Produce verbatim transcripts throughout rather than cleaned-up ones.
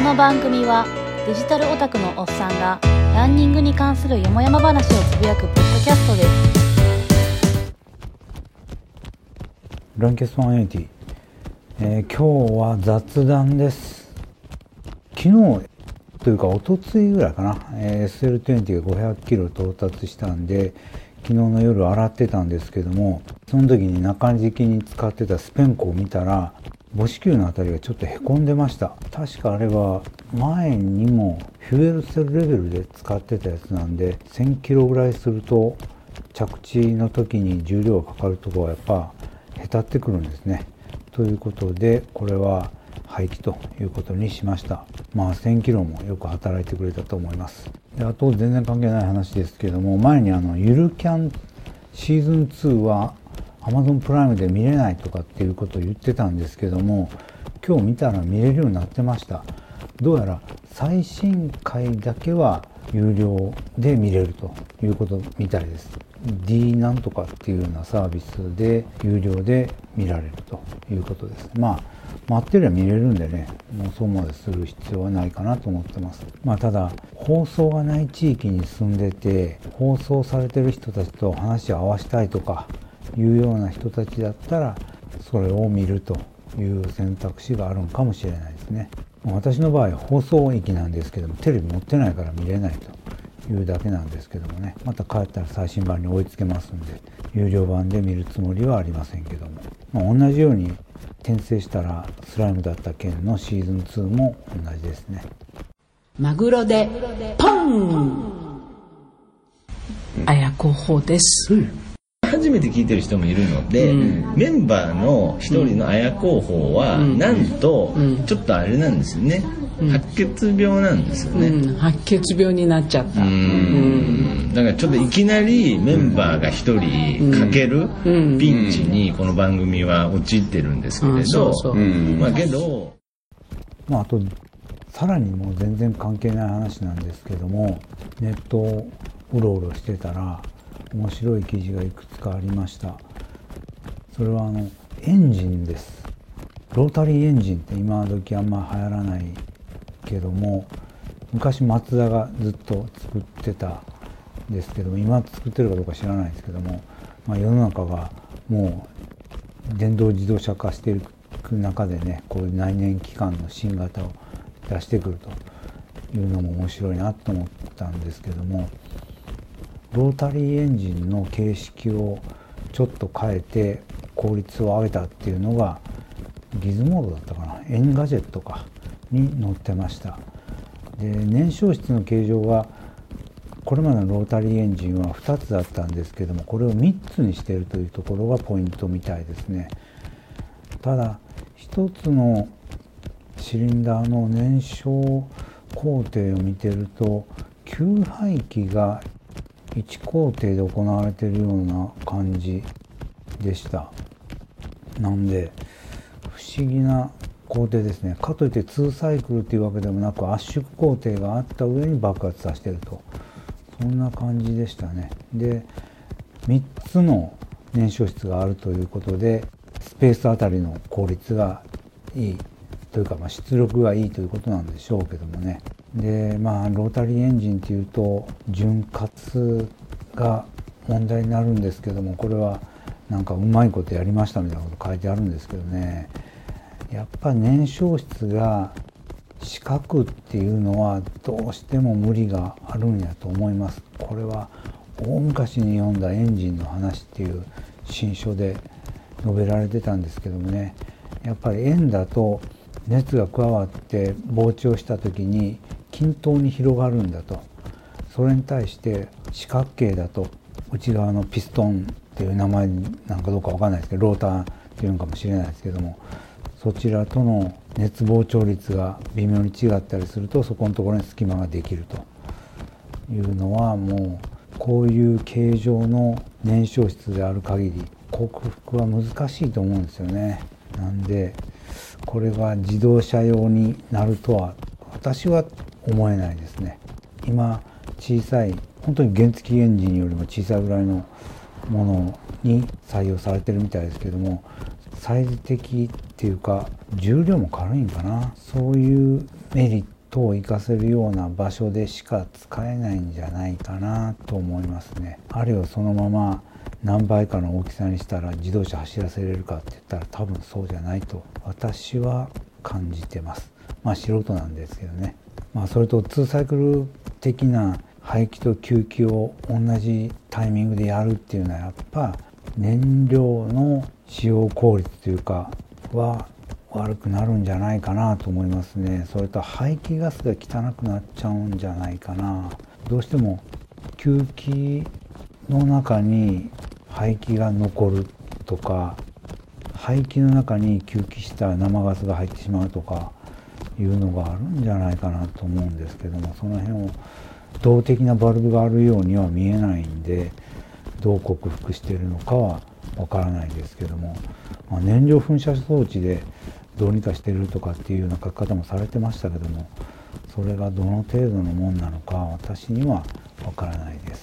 の番組はデジタルオタクのおっさんがランニングに関するよもやま話をつぶやくポッドキャストです。 ランキャストひゃくはちじゅう、えー、今日は雑談です。昨日というか一昨日ぐらいかな、えー、エスエルにじゅう がごひゃくキロ到達したんで、昨日の夜洗ってたんですけども、その時に中敷きに使ってたスペンコを見たら母子球のあたりがちょっとへこんでました。確かあれは前にもフュエルセルレベルで使ってたやつなんで、せんキロぐらいすると着地の時に重量がかかるところはやっぱへたってくるんですね。ということでこれは廃棄ということにしました。まあせんキロもよく働いてくれたと思います。で、あと全然関係ない話ですけども、前にあのゆるキャンシーズンツーはAmazon プライムで見れないとかっていうことを言ってたんですけども、今日見たら見れるようになってました。どうやら最新回だけは有料で見れるということみたいです。 D なんとかっていうようなサービスで有料で見られるということです。まあ待ってりゃ見れるんでね、もうそうまでする必要はないかなと思ってます。まあただ放送がない地域に住んでて放送されてる人たちと話を合わせたいとかいうような人たちだったらそれを見るという選択肢があるのかもしれないですね。私の場合放送域なんですけども、テレビ持ってないから見れないというだけなんですけどもね、また帰ったら最新版に追いつけますんで有料版で見るつもりはありませんけども、まあ、同じように転生したらスライムだった件のシーズンツーも同じですね。 マグロでポン、あや候補です、うん。 初めて聞いてる人もいるので、うん、メンバーの一人の綾候補は、うん、なんと、うん、ちょっとあれなんですよね、うん、白血病なんですよね、 うん、白血病になっちゃった。うん、うん、 だからちょっといきなりメンバーが一人かけるピンチにこの番組は陥ってるんですけれど、まあけど、 まあ、あとさらにもう全然関係ない話なんですけども、ネットをうろうろしてたら面白い記事がいくつかありました。それはあのエンジンです。ロータリーエンジンって今時あんま流行らないけども、昔マツダがずっと作ってたんですけども、今作ってるかどうか知らないですけども、まあ、世の中がもう電動自動車化していく中でね、こういう内燃機関の新型を出してくるというのも面白いなと思ったんですけども、ロータリーエンジンの形式をちょっと変えて効率を上げたっていうのがギズモードだったかな、エンガジェットかに載ってました。で、燃焼室の形状がこれまでのロータリーエンジンはふたつだったんですけども、これをみっつにしているというところがポイントみたいですね。ただひとつのシリンダーの燃焼工程を見てると給排気がいち工程で行われているような感じでした。なんで不思議な工程ですね。かといってにサイクルっていうわけでもなく圧縮工程があった上に爆発させてると、そんな感じでしたね。で、みっつの燃焼室があるということでスペースあたりの効率がいいというか、まあ、出力がいいということなんでしょうけどもね。で、まあロータリーエンジンっていうと潤滑が問題になるんですけども、これはなんかうまいことやりましたみたいなこと書いてあるんですけどね、やっぱり燃焼室が四角っていうのはどうしても無理があるんやと思います。これは大昔に読んだエンジンの話っていう新書で述べられてたんですけどもね、やっぱり円だと熱が加わって膨張した時に均等に広がるんだと。それに対して四角形だと内側のピストンっていう名前なんかどうかわかんないですけど、ローターっていうのかもしれないですけども、そちらとの熱膨張率が微妙に違ったりするとそこのところに隙間ができるというのは、もうこういう形状の燃焼室である限り克服は難しいと思うんですよね。なんでこれが自動車用になるとは私は思えないですね。今小さい、本当に原付エンジンよりも小さいぐらいのものに採用されてるみたいですけども、サイズ的っていうか重量も軽いんかな、そういうメリッ等を生かせるような場所でしか使えないんじゃないかなと思いますね。あれをそのまま何倍かの大きさにしたら自動車走らせれるかって言ったら多分そうじゃないと私は感じてます。まあ素人なんですけどね。まあそれとツーサイクル的な排気と吸気を同じタイミングでやるっていうのはやっぱ燃料の使用効率というかは悪くなるんじゃないかなと思いますね。それと排気ガスが汚くなっちゃうんじゃないかな。どうしても吸気の中に排気が残るとか、排気の中に吸気した生ガスが入ってしまうとかいうのがあるんじゃないかなと思うんですけども、その辺を動的なバルブがあるようには見えないんで、どう克服しているのかはわからないですけども、まあ、燃料噴射装置でどうにかしてるとかっていうような書き方もされてましたけども、それがどの程度のもんなのか私にはわからないです。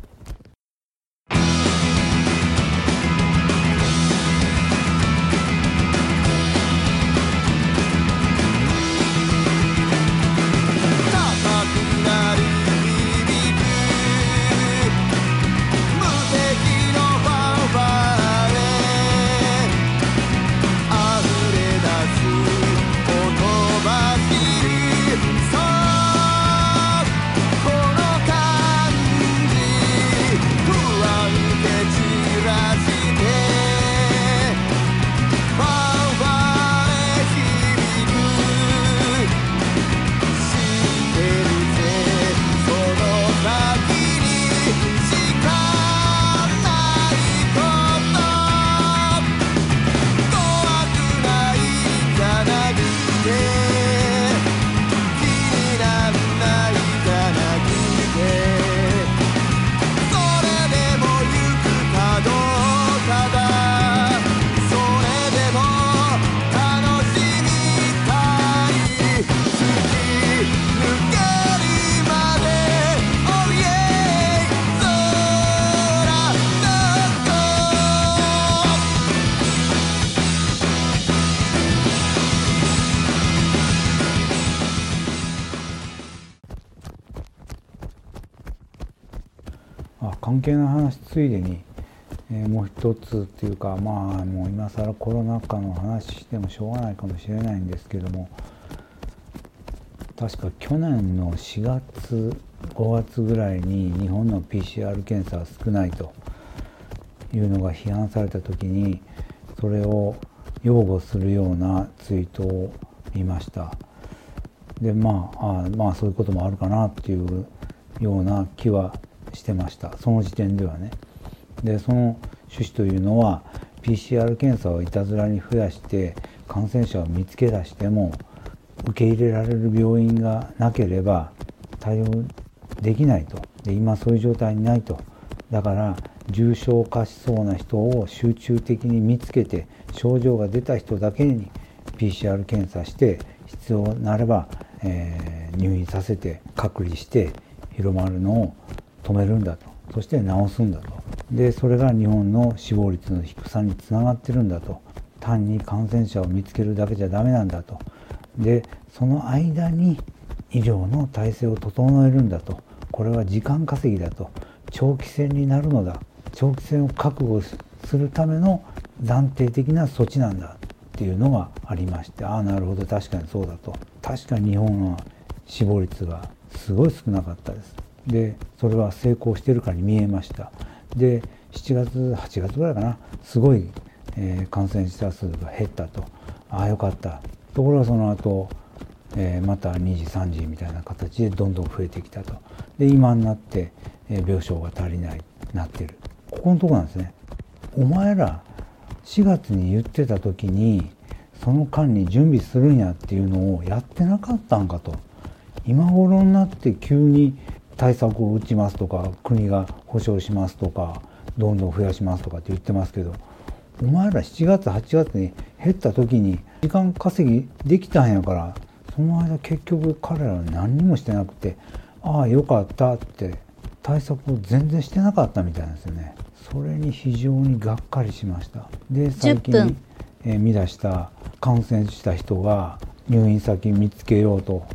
関係の話ついでに、えー、もう一つっていうか、まあもう今更コロナ禍の話してもしょうがないかもしれないんですけども、確か去年のしがつごがつぐらいに日本の ピーシーアール 検査は少ないというのが批判された時に、それを擁護するようなツイートを見ました。でまああまあそういうこともあるかなっていうような気はしてました、その時点ではね。でその趣旨というのは ピーシーアール 検査をいたずらに増やして感染者を見つけ出しても受け入れられる病院がなければ対応できないと。で今そういう状態にないと。だから重症化しそうな人を集中的に見つけて、症状が出た人だけに ピーシーアール 検査して必要なれば、えー、入院させて隔離して広まるのを止めるんだと。そして治すんだと。でそれが日本の死亡率の低さにつながってるんだと。単に感染者を見つけるだけじゃダメなんだと。でその間に医療の体制を整えるんだと。これは時間稼ぎだと。長期戦になるのだ。長期戦を覚悟するための暫定的な措置なんだっていうのがありまして、ああなるほど、確かにそうだと。確かに日本は死亡率がすごい少なかったです。でそれは成功してるかに見えました。でしちがつはちがつぐらいかな、すごい、えー、感染者数が減ったと。ああよかった。ところがその後、えー、またにじさんじみたいな形でどんどん増えてきたと。で今になって、えー、病床が足りないなってる。ここのとこなんですね。お前らしがつに言ってた時にその間に準備するんやっていうのをやってなかったんかと。今頃になって急に対策を打ちますとか、国が保障しますとか、どんどん増やしますとかって言ってますけど、お前らしちがつはちがつに減った時に時間稼ぎできたんやから、その間結局彼らは何にもしてなくて、ああよかったって対策を全然してなかったみたいなんですよね。それに非常にがっかりしました。で最近、えー、見出した感染した人が入院先見つけようと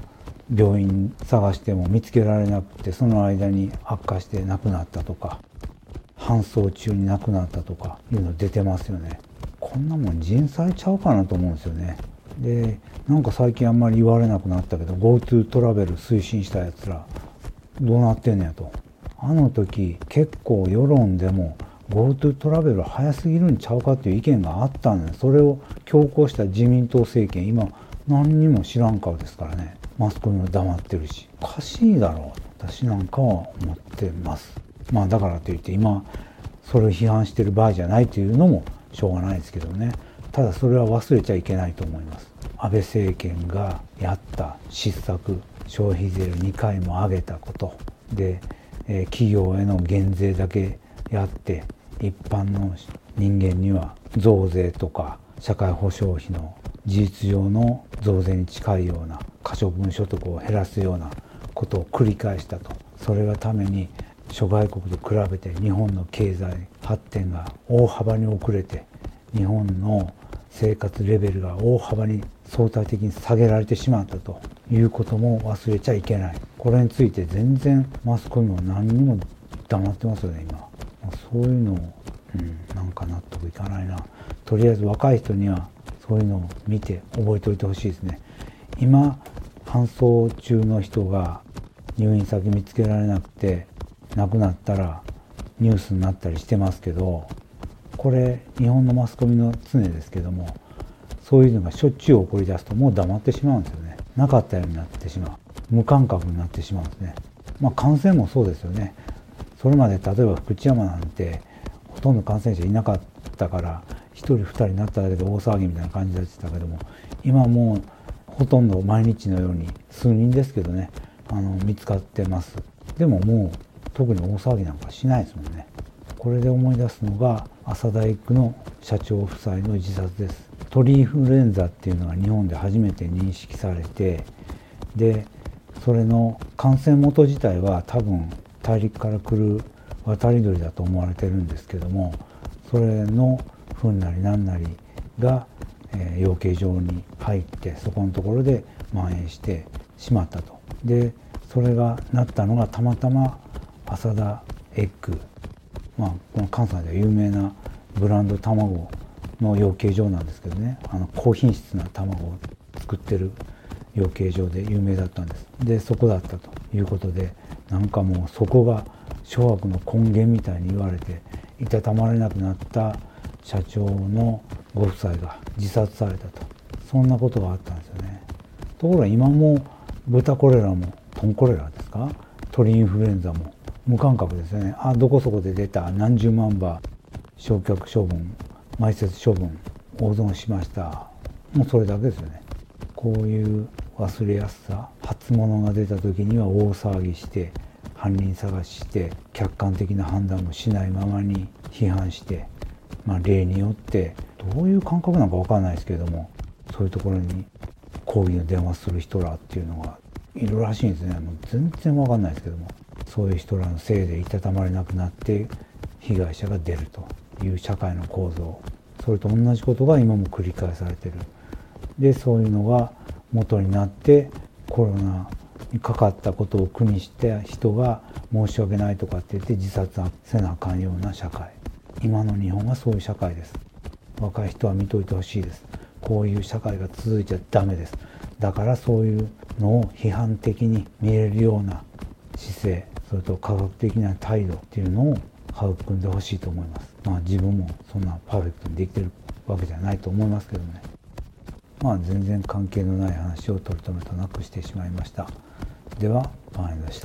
病院探しても見つけられなくて、その間に悪化して亡くなったとか、搬送中に亡くなったとかいうの出てますよね。こんなもん人災ちゃうかなと思うんですよね。で、なんか最近あんまり言われなくなったけど GoTo トラベル推進したやつらどうなってんねやと。あの時結構世論でも GoTo トラベル早すぎるんちゃうかっていう意見があったんで、それを強行した自民党政権、今何にも知らん顔ですからね。マスコミも黙ってるし、おかしいだろうと私なんかは思ってます。まあだからといって今それを批判してる場合じゃないというのもしょうがないですけどね。ただそれは忘れちゃいけないと思います。安倍政権がやった失策、消費税をにかいも上げたことで、えー、企業への減税だけやって一般の人間には増税とか社会保障費の事実上の増税に近いような可処分所得を減らすようなことを繰り返したと。それがために諸外国と比べて日本の経済発展が大幅に遅れて、日本の生活レベルが大幅に相対的に下げられてしまったということも忘れちゃいけない。これについて全然マスコミも何にも黙ってますよね今。そういうのを、うん、なんか納得いかないな。とりあえず若い人にはそういうのを見て覚えておいてほしいですね。今搬送中の人が入院先見つけられなくて亡くなったらニュースになったりしてますけど、これ日本のマスコミの常ですけども、そういうのがしょっちゅう起こり出すともう黙ってしまうんですよね。なかったようになってしまう、無感覚になってしまうんですね。まあ感染もそうですよね。それまで例えば福知山なんてほとんど感染者いなかったからひとりふたりになっただけで大騒ぎみたいな感じでしたけども、今もうほとんど毎日のように数人ですけどね、あの見つかってます。でももう特に大騒ぎなんかしないですもんね。これで思い出すのが朝大工の社長夫妻の自殺です。鳥インフルエンザっていうのが日本で初めて認識されて、でそれの感染元自体は多分大陸から来る渡り鳥だと思われてるんですけども、それの糞なり何なりが、えー、養鶏場に入ってそこのところで蔓延してしまったと。でそれがなったのがたまたま浅田エッグ、まあ、この関西では有名なブランド卵の養鶏場なんですけどね、あの高品質な卵を作ってる養鶏場で有名だったんです。でそこだったということで、なんかもうそこが諸悪の根源みたいに言われていたたまれなくなった社長のご夫妻が自殺されたと、そんなことがあったんですよね。ところが今も豚コレラもトンコレラですか、鳥インフルエンザも無感覚ですよね。あ、どこそこで出た何十万羽焼却処分、埋設処分、大損しました、もうそれだけですよね。こういう忘れやすさ、初物が出た時には大騒ぎして犯人探しして客観的な判断もしないままに批判して、まあ、例によってどういう感覚なのか分からないですけれども、そういうところに抗議の電話する人らっていうのがいるらしいんですね。もう全然分かんないですけども、そういう人らのせいでいたたまれなくなって被害者が出るという社会の構造、それと同じことが今も繰り返されてる。でそういうのが元になってコロナにかかったことを苦にして人が申し訳ないとかって言って自殺せなあかんような社会、今の日本はそういう社会です。若い人は見といてほしいです。こういう社会が続いちゃダメです。だからそういうのを批判的に見えるような姿勢、それと科学的な態度っていうのを育んでほしいと思います。まあ自分もそんなパーフェクトにできてるわけじゃないと思いますけどね。まあ全然関係のない話を取り留めとなくしてしまいました。ではパンエでした。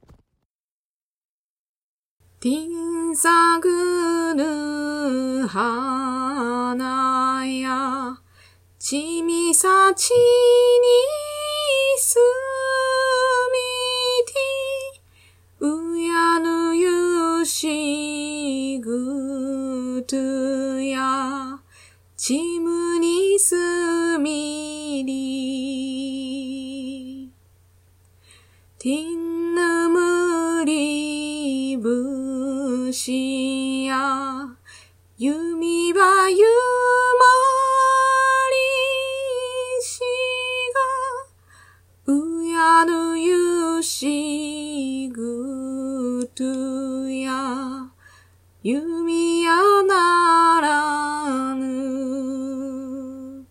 ティンサグル花やちみさちにすみてうやぬゆしぐとやちむにすみりティンヌムリブシや弓はゆまりしがうや弓矢ならぬ。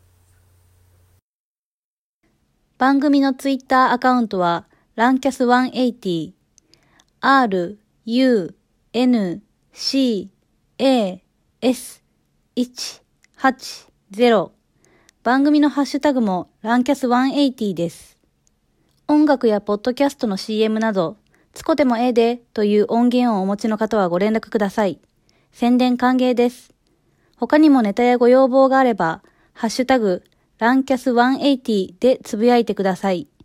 番組のツイッターアカウントはランキャスひゃくはちじゅう、R U N C A Sいちはちゼロ。番組のハッシュタグもランキャスひゃくはちじゅうです。音楽やポッドキャストの シーエム など、つこでもええでという音源をお持ちの方はご連絡ください。宣伝歓迎です。他にもネタやご要望があれば、ハッシュタグ、ランキャスひゃくはちじゅうでつぶやいてください。